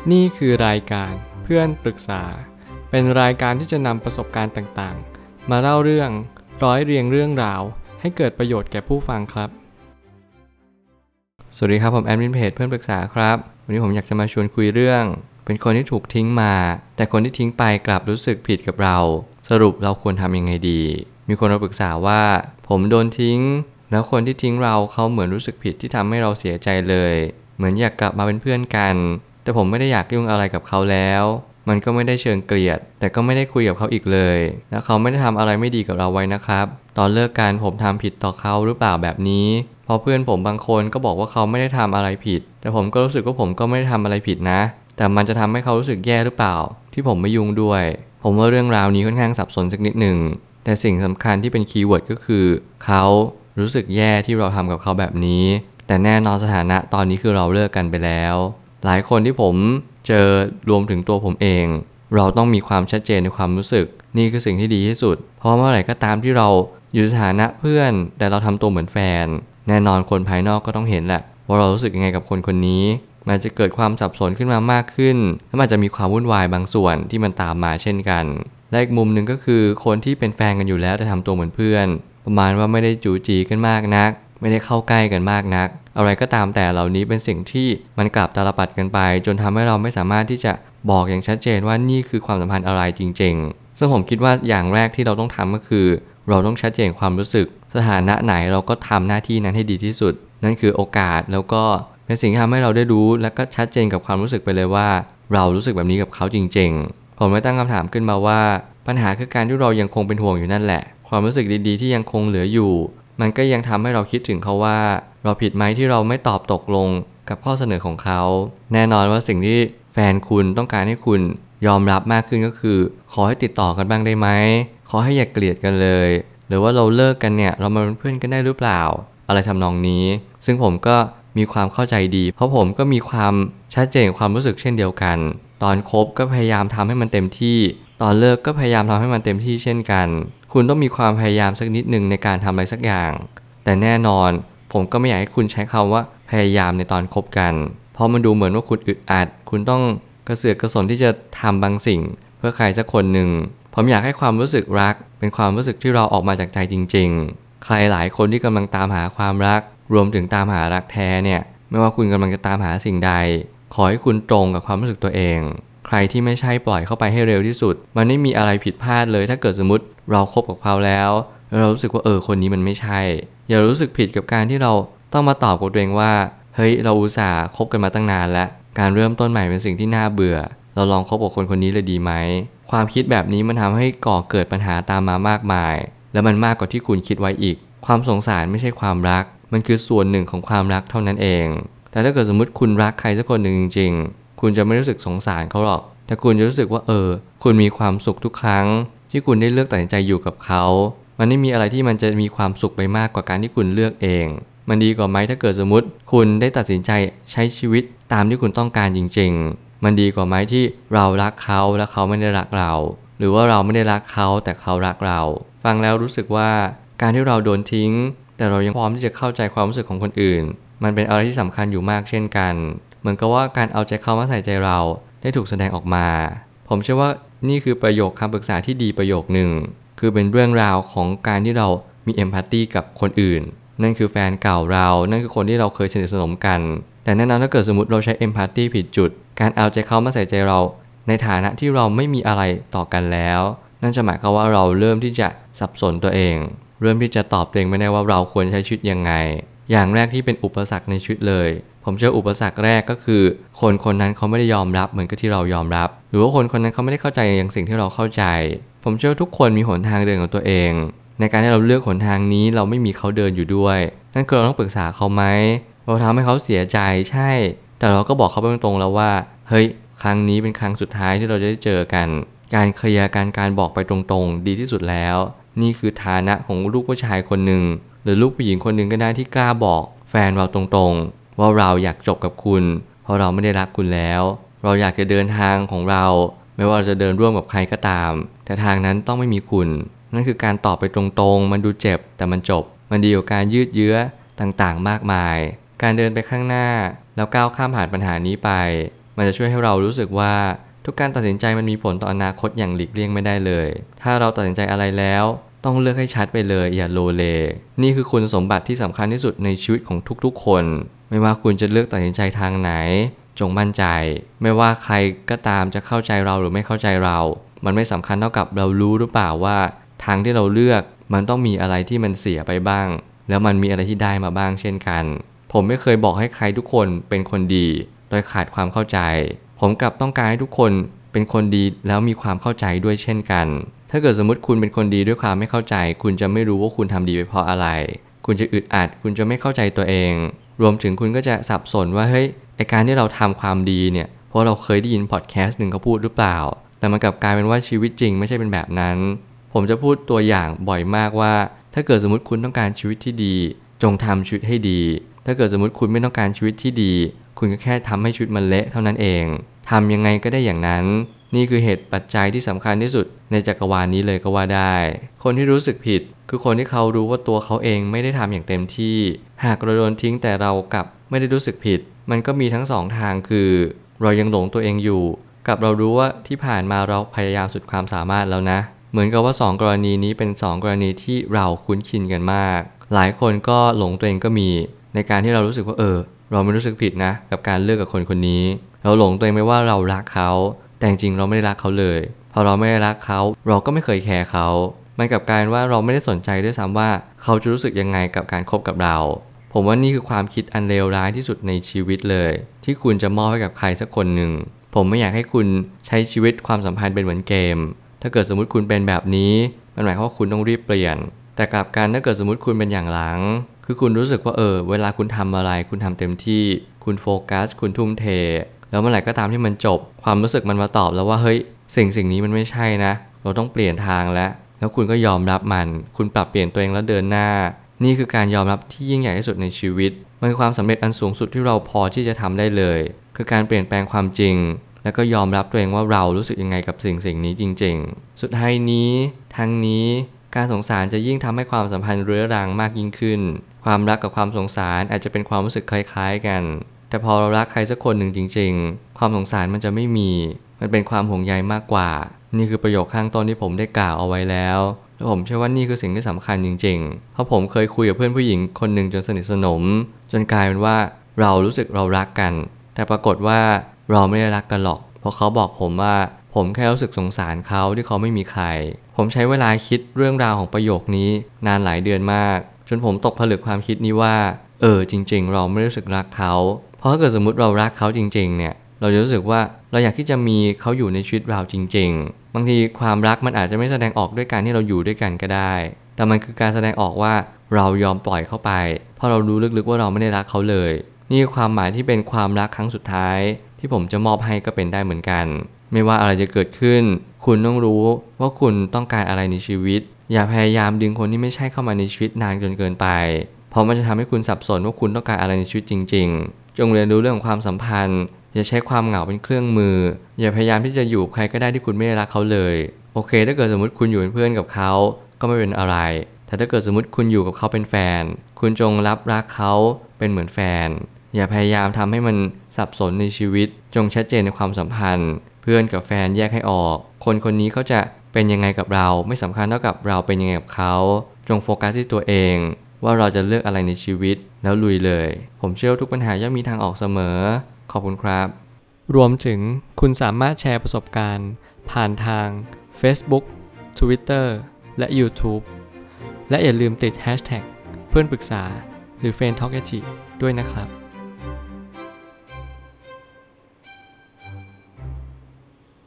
นี่คือรายการเพื่อนปรึกษาเป็นรายการที่จะนำประสบการณ์ต่างๆมาเล่าเรื่องร้อยเรียงเรื่องราวให้เกิดประโยชน์แก่ผู้ฟังครับสวัสดีครับผมแอดมินเพจเพื่อนปรึกษาครับวันนี้ผมอยากจะมาชวนคุยเรื่องเป็นคนที่ถูกทิ้งมาแต่คนที่ทิ้งไปกลับรู้สึกผิดกับเราสรุปเราควรทำยังไงดีมีคนมาปรึกษาว่าผมโดนทิ้งแล้วคนที่ทิ้งเราเขาเหมือนรู้สึกผิดที่ทำให้เราเสียใจเลยเหมือนอยากกลับมาเป็นเพื่อนกันแต่ผมไม่ได้อยากยุ่งอะไรกับเขาแล้วมันก็ไม่ได้เชิงเกลียดแต่ก็ไม่ได้คุยกับเขาอีกเลยแล้วเขาไม่ได้ทำอะไรไม่ดีกับเราไว้นะครับตอนเลิกกันผมทำผิดต่อเขาหรือเปล่าแบบนี้เพราะเพื่อนผมบางคนก็บอกว่าเขาไม่ได้ทำอะไรผิดแต่ผมก็รู้สึกว่าผมก็ไม่ได้ทำอะไรผิดนะแต่มันจะทำให้เขารู้สึกแย่หรือเปล่าที่ผมไม่ยุ่งด้วยผมว่าเรื่องราวนี้ค่อนข้างสับสนสักนิดหนึ่งแต่สิ่งสำคัญที่เป็นคีย์เวิร์ดก็คือเขารู้สึกแย่ที่เราทำกับเขาแบบนี้แต่แน่นอนสถานะตอนนี้คือเราเลิกกันไปแล้วหลายคนที่ผมเจอรวมถึงตัวผมเองเราต้องมีความชัดเจนในความรู้สึกนี่คือสิ่งที่ดีที่สุดเพราะเมื่อไหร่ก็ตามที่เราอยู่สถานะเพื่อนแต่เราทำตัวเหมือนแฟนแน่นอนคนภายนอกก็ต้องเห็นแหละว่าเรารู้สึกยังไงกับคนคนนี้มันจะเกิดความสับสนขึ้นมามากขึ้นและมันจะมีความวุ่นวายบางส่วนที่มันตามมาเช่นกันและอีกมุมหนึ่งก็คือคนที่เป็นแฟนกันอยู่แล้วแต่ทำตัวเหมือนเพื่อนประมาณว่าไม่ได้จู๋จีกันมากนักไม่ได้เข้าใกล้กันมากนักอะไรก็ตามแต่เหล่านี้เป็นสิ่งที่มันกลับตาลปัดกันไปจนทำให้เราไม่สามารถที่จะบอกอย่างชัดเจนว่านี่คือความสัมพันธ์อะไรจริงๆซึ่งผมคิดว่าอย่างแรกที่เราต้องทำก็คือเราต้องชัดเจนความรู้สึกสถานะไหนเราก็ทำหน้าที่นั้นให้ดีที่สุดนั่นคือโอกาสแล้วก็เป็นสิ่งที่ทำให้เราได้รู้และก็ชัดเจนกับความรู้สึกไปเลยว่าเรารู้สึกแบบนี้กับเขาจริงๆผมเลยตั้งคำถามขึ้นมาว่าปัญหาคือการที่เรายังคงเป็นห่วงอยู่นั่นแหละความรู้สึกดีๆที่ยังคงเหลืออยู่มันก็ยังทำให้เราคิดถึงเขาว่าเราผิดไหมที่เราไม่ตอบตกลงกับข้อเสนอของเขาแน่นอนว่าสิ่งที่แฟนคุณต้องการให้คุณยอมรับมากขึ้นก็คือขอให้ติดต่อกันบ้างได้ไหมขอให้อย่าเกลียดกันเลยหรือว่าเราเลิกกันเนี่ยเรามาเป็นเพื่อนกันได้หรือเปล่าอะไรทำนองนี้ซึ่งผมก็มีความเข้าใจดีเพราะผมก็มีความชัดเจนความรู้สึกเช่นเดียวกันตอนคบก็พยายามทำให้มันเต็มที่ตอนเลิกก็พยายามทำให้มันเต็มที่เช่นกันคุณต้องมีความพยายามสักนิดหนึ่งในการทำอะไรสักอย่างแต่แน่นอนผมก็ไม่อยากให้คุณใช้คำว่าพยายามในตอนคบกันเพราะมันดูเหมือนว่าคุณอึดอัดคุณต้องกระเสือกกระสนที่จะทำบางสิ่งเพื่อใครสักคนหนึ่งผมอยากให้ความรู้สึกรักเป็นความรู้สึกที่เราออกมาจากใจจริงๆใครหลายคนที่กำลังตามหาความรักรวมถึงตามหารักแท้เนี่ยไม่ว่าคุณกำลังจะตามหาสิ่งใดขอให้คุณตรงกับความรู้สึกตัวเองใครที่ไม่ใช่ปล่อยเข้าไปให้เร็วที่สุดมันไม่มีอะไรผิดพลาดเลยถ้าเกิดสมมติเราคบกับเขาแล้วเรารู้สึกว่าคนนี้มันไม่ใช่อย่ารู้สึกผิดกับการที่เราต้องมาตอบกับตัวเองว่าเฮ้ยเราอุตส่าห์คบกันมาตั้งนานแล้วการเริ่มต้นใหม่เป็นสิ่งที่น่าเบื่อเราลองคบกับคนคนนี้เลยดีไหมความคิดแบบนี้มันทำให้ก่อเกิดปัญหาตามมามากมายและมันมากกว่าที่คุณคิดไว้อีกความสงสารไม่ใช่ความรักมันคือส่วนหนึ่งของความรักเท่านั้นเองแต่ถ้าเกิดสมมติคุณรักใครสักคนหนึ่งจริงๆคุณจะไม่รู้สึกสงสารเขาหรอกแต่คุณจะรู้สึกว่าคุณมีความสุขทุกครั้งที่คุณได้เลือกตัดสินใจอยู่กับเขามันไม่มีอะไรที่มันจะมีความสุขไปมากกว่าการที่คุณเลือกเองมันดีกว่าไหมถ้าเกิดสมมติคุณได้ตัดสินใจใช้ชีวิตตามที่คุณต้องการจริงๆมันดีกว่าไหมที่เรารักเขาและเขาไม่ได้รักเราหรือว่าเราไม่ได้รักเขาแต่เขารักเราฟังแล้วรู้สึกว่าการที่เราโดนทิ้งแต่เรายังพร้อมที่จะเข้าใจความรู้สึกของคนอื่นมันเป็นอะไรที่สำคัญอยู่มากเช่นกันเหมือนกับว่าการเอาใจเขามาใส่ใจเราได้ถูกแสดงออกมาผมเชื่อว่านี่คือประโยคคำปรึกษาที่ดีประโยคหนึ่งคือเป็นเรื่องราวของการที่เรามีเอมพัตตีกับคนอื่นนั่นคือแฟนเก่าเรานั่นคือคนที่เราเคยสนิทสนมกันแต่แน่นอนถ้าเกิดสมมติเราใช้เอมพัตตีผิดจุดการเอาใจเขามาใส่ใจเราในฐานะที่เราไม่มีอะไรต่อกันแล้วนั่นจะหมายความว่าเราเริ่มที่จะสับสนตัวเองเริ่มที่จะตอบตัวเองไม่ได้ว่าเราควรใช้ชีวิตยังไงอย่างแรกที่เป็นอุปสรรคในชีวิตเลยผมเชื่ออุปสรรคแรกก็คือคนคนนั้นเขาไม่ได้ยอมรับเหมือนกับที่เรายอมรับหรือว่าคนคนนั้นเขาไม่ได้เข้าใจอย่างสิ่งที่เราเข้าใจผมเชื่อทุกคนมีหนทางเดินของตัวเองในการที่เราเลือกหนทางนี้เราไม่มีเขาเดินอยู่ด้วยนั่นคือเราต้องปรึกษาเขาไหมเราทำให้เขาเสียใจใช่แต่เราก็บอกเขาไปตรงๆแล้วว่าเฮ้ยครั้งนี้เป็นครั้งสุดท้ายที่เราจะได้เจอกันการเคลียร์การบอกไปตรงๆดีที่สุดแล้วนี่คือฐานะของลูกผู้ชายคนหนึ่งหรือลูกผู้หญิงคนหนึ่งก็ได้ที่กล้าบอกแฟนเราตรงๆว่าเราอยากจบกับคุณเพราะเราไม่ได้รักคุณแล้วเราอยากจะเดินทางของเราไม่ว่าเราจะเดินร่วมกับใครก็ตามแต่ทางนั้นต้องไม่มีคุณนั่นคือการตอบไปตรงๆมันดูเจ็บแต่มันจบมันดีกว่าการยืดเยื้อต่างๆมากมายการเดินไปข้างหน้าแล้วก้าวข้ามผ่านปัญหานี้ไปมันจะช่วยให้เรารู้สึกว่าทุกการตัดสินใจมันมีผลต่ออนาคตอย่างหลีกเลี่ยงไม่ได้เลยถ้าเราตัดสินใจอะไรแล้วต้องเลือกให้ชัดไปเลยอย่าโลเลนี่คือคุณสมบัติที่สำคัญที่สุดในชีวิตของทุกๆคนไม่ว่าคุณจะเลือกตัดสินใจทางไหนจงมั่นใจไม่ว่าใครก็ตามจะเข้าใจเราหรือไม่เข้าใจเรามันไม่สำคัญเท่ากับเรารู้หรือเปล่าว่าทางที่เราเลือกมันต้องมีอะไรที่มันเสียไปบ้างแล้วมันมีอะไรที่ได้มาบ้างเช่นกันผมไม่เคยบอกให้ใครทุกคนเป็นคนดีโดยขาดความเข้าใจผมกลับต้องการให้ทุกคนเป็นคนดีแล้วมีความเข้าใจด้วยเช่นกันถ้าเกิดสมมติคุณเป็นคนดีด้วยความไม่เข้าใจคุณจะไม่รู้ว่าคุณทำดีไปเพราะอะไรคุณจะอึดอัดคุณจะไม่เข้าใจตัวเองรวมถึงคุณก็จะสับสนว่าเฮ้ยไอการที่เราทำความดีเนี่ยเพราะเราเคยได้ยินพอดแคสต์หนึ่งเขาพูดหรือเปล่าแต่มันกลับกลายเป็นว่าชีวิตจริงไม่ใช่เป็นแบบนั้นผมจะพูดตัวอย่างบ่อยมากว่าถ้าเกิดสมมติคุณต้องการชีวิตที่ดีจงทำชีวิตให้ดีถ้าเกิดสมมติคุณไม่ต้องการชีวิตที่ดีคุณก็แค่ทำให้ชีวิตมันเละเท่านั้นเองทำยังไงก็ได้อย่างนั้นนี่คือเหตุปัจจัยที่สำคัญที่สุดในจักรวาลนี้เลยก็ว่าได้คนที่รู้สึกผิดคือคนที่เขารู้ว่าตัวเขาเองไม่ได้ทำอย่างเต็มที่หากเราโดนทิ้งแต่เรากลับไม่ได้รู้สึกผิดมันก็มีทั้งสองทางคือเรายังหลงตัวเองอยู่กับเรารู้ว่าที่ผ่านมาเราพยายามสุดความสามารถแล้วนะเหมือนกับว่า2กรณีนี้เป็น2กรณีที่เราคุ้นชินกันมากหลายคนก็หลงตัวเองก็มีในการที่เรารู้สึกว่าเราไม่รู้สึกผิดนะกับการเลือกกับคนคนนี้เราหลงตัวเองไม่ว่าเรารักเขาแต่จริงเราไม่ได้รักเขาเลยพอเราไม่ได้รักเขาเราก็ไม่เคยแคร์เขามันกลับกลายว่าเราไม่ได้สนใจด้วยซ้ำว่าเขาจะรู้สึกยังไงกับการคบกับเราผมว่านี่คือความคิดอันเลวร้ายที่สุดในชีวิตเลยที่คุณจะมอบให้กับใครสักคนหนึ่งผมไม่อยากให้คุณใช้ชีวิตความสัมพันธ์เป็นเหมือนเกมถ้าเกิดสมมุติคุณเป็นแบบนี้มันหมายความว่าคุณต้องรีบเปลี่ยนแต่กลับกันถ้าเกิดสมมุติคุณเป็นอย่างหลังคือคุณรู้สึกว่าเวลาคุณทำอะไรคุณทำเต็มที่คุณโฟกัสคุณทุ่มเทแล้วเมื่อไหร่ก็ตามที่มันจบความรู้สึกมันมาตอบแล้วว่าเฮ้ยสิ่งนี้มันไม่ใช่นะเราต้องเปลี่ยนทางแล้วคุณก็ยอมรับมันคุณปรับเปลี่ยนตัวเองแล้วเดินหน้านี่คือการยอมรับที่ยิ่งใหญ่ที่สุดในชีวิตมันคือความสำเร็จอันสูงสุดที่เราพอที่จะทำได้เลยคือการเปลี่ยนแปลงความจริงแล้วก็ยอมรับตัวเองว่าเรารู้สึกยังไงกับสิ่งนี้จริงๆสุดท้ายนี้ทั้งนี้การสงสารจะยิ่งทำให้ความสัมพันธ์เรื้อรังมากยิ่งขึ้นความรักกับความสงสารอาจจะเป็นความรู้สึกคล้ายๆกันแต่พอเรารักใครสักคนหนึ่งจริงๆความสงสารมันจะไม่มีมันเป็นความห่วงใยมากกว่านี่คือประโยคข้างต้นที่ผมได้กล่าวเอาไว้แล้วผมเชื่อว่านี่คือสิ่งที่สำคัญจริงๆเพราะผมเคยคุยกับเพื่อนผู้หญิงคนหนึ่งจนสนิทสนมจนกลายเป็นว่าเรารู้สึกเรารักกันแต่ปรากฏว่าเราไม่ได้รักกันหรอกเพราะเขาบอกผมว่าผมแค่รู้สึกสงสารเขาที่เขาไม่มีใครผมใช้เวลาคิดเรื่องราวของประโยคนี้นานหลายเดือนมากจนผมตกผลึกความคิดนี้ว่าจริงๆเราไม่รู้สึกรักเขาเพราะถ้าเกิดสมมุติเรารักเขาจริงๆเนี่ยเราจะรู้สึกว่าเราอยากที่จะมีเขาอยู่ในชีวิตเราจริงๆบางทีความรักมันอาจจะไม่แสดงออกด้วยการที่เราอยู่ด้วยกันก็ได้แต่มันคือการแสดงออกว่าเรายอมปล่อยเข้าไปเพราะเรารู้ลึกๆว่าเราไม่ได้รักเขาเลยนี่คือความหมายที่เป็นความรักครั้งสุดท้ายที่ผมจะมอบให้ก็เป็นได้เหมือนกันไม่ว่าอะไรจะเกิดขึ้นคุณต้องรู้ว่าคุณต้องการอะไรในชีวิตอย่าพยายามดึงคนที่ไม่ใช่เข้ามาในชีวิตนานจนเกินไปเพราะมันจะทำให้คุณสับสนว่าคุณต้องการอะไรในชีวิตจริงๆจงเรียนรู้เรื่องของความสัมพันธ์อย่าใช้ความเหงาเป็นเครื่องมืออย่าพยายามที่จะอยู่ใครก็ได้ที่คุณไม่ได้รักเขาเลยโอเคถ้าเกิดสมมติคุณอยู่เป็นเพื่อนกับเขาก็ไม่เป็นอะไรแต่ถ้าเกิดสมมติคุณอยู่กับเขาเป็นแฟนคุณจงรับรักเขาเป็นเหมือนแฟนอย่าพยายามทำให้มันสับสนในชีวิตจงชัดเจนในความสัมพันธ์เพื่อนกับแฟนแยกให้ออกคนคนนี้เขาจะเป็นยังไงกับเราไม่สำคัญเท่ากับเราเป็นยังไงกับเขาจงโฟกัสที่ตัวเองว่าเราจะเลือกอะไรในชีวิตแล้วลุยเลยผมเชื่อว่าทุกปัญหาย่อมมีทางออกเสมอขอบคุณครับรวมถึงคุณสามารถแชร์ประสบการณ์ผ่านทาง Facebook Twitter และ YouTube และอย่าลืมติด Hashtag เพื่อนปรึกษาหรือ Friend Talkative ด้วยนะครับ